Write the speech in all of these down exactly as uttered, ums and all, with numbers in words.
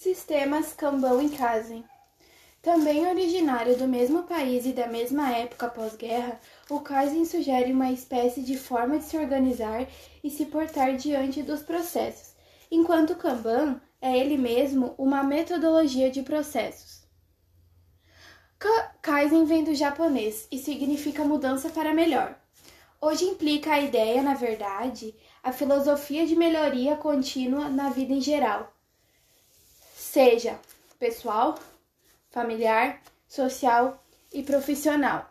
Sistemas Kanban e Kaizen. Também originário do mesmo país e da mesma época pós-guerra, o Kaizen sugere uma espécie de forma de se organizar e se portar diante dos processos, enquanto o Kanban é ele mesmo uma metodologia de processos. Kaizen vem do japonês e significa mudança para melhor. Hoje implica a ideia, na verdade, a filosofia de melhoria contínua na vida em geral, seja pessoal, familiar, social e profissional.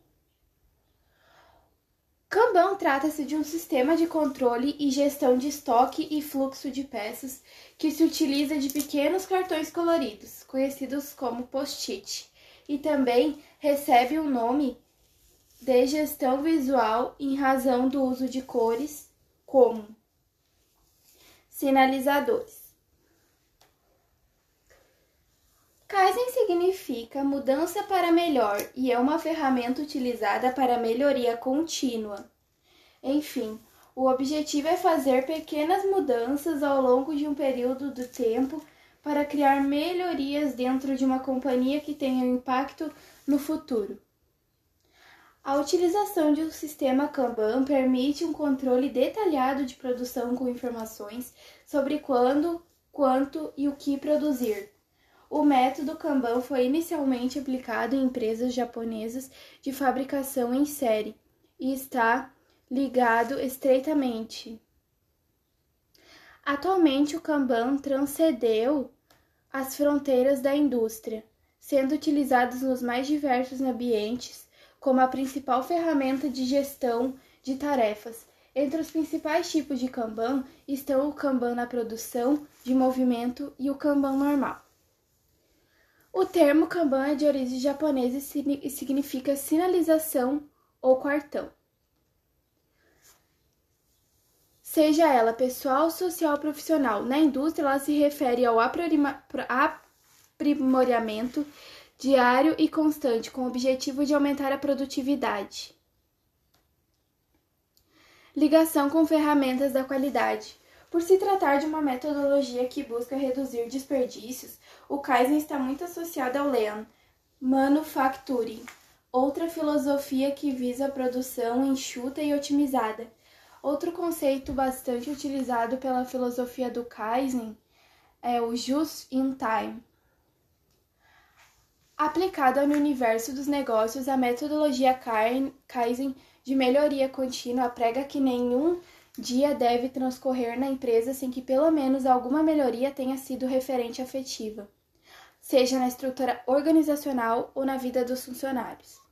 Kanban trata-se de um sistema de controle e gestão de estoque e fluxo de peças que se utiliza de pequenos cartões coloridos, conhecidos como post-it, e também recebe o nome de gestão visual em razão do uso de cores como sinalizadores. Kaizen significa mudança para melhor e é uma ferramenta utilizada para melhoria contínua. Enfim, o objetivo é fazer pequenas mudanças ao longo de um período de tempo para criar melhorias dentro de uma companhia que tenha um impacto no futuro. A utilização de um sistema Kanban permite um controle detalhado de produção com informações sobre quando, quanto e o que produzir. O método Kanban foi inicialmente aplicado em empresas japonesas de fabricação em série e está ligado estreitamente. Atualmente, o Kanban transcendeu as fronteiras da indústria, sendo utilizado nos mais diversos ambientes como a principal ferramenta de gestão de tarefas. Entre os principais tipos de Kanban estão o Kanban na produção de movimento e o Kanban normal. O termo Kanban é de origem japonesa e significa sinalização ou cartão. Seja ela pessoal, social ou profissional. Na indústria, ela se refere ao aprimoramento diário e constante, com o objetivo de aumentar a produtividade. Ligação com ferramentas da qualidade. Por se tratar de uma metodologia que busca reduzir desperdícios, o Kaizen está muito associado ao Lean Manufacturing, outra filosofia que visa a produção enxuta e otimizada. Outro conceito bastante utilizado pela filosofia do Kaizen é o Just in Time. Aplicada no universo dos negócios, a metodologia Kaizen de melhoria contínua prega que nenhum dia deve transcorrer na empresa sem que pelo menos alguma melhoria tenha sido referente afetiva, seja na estrutura organizacional ou na vida dos funcionários.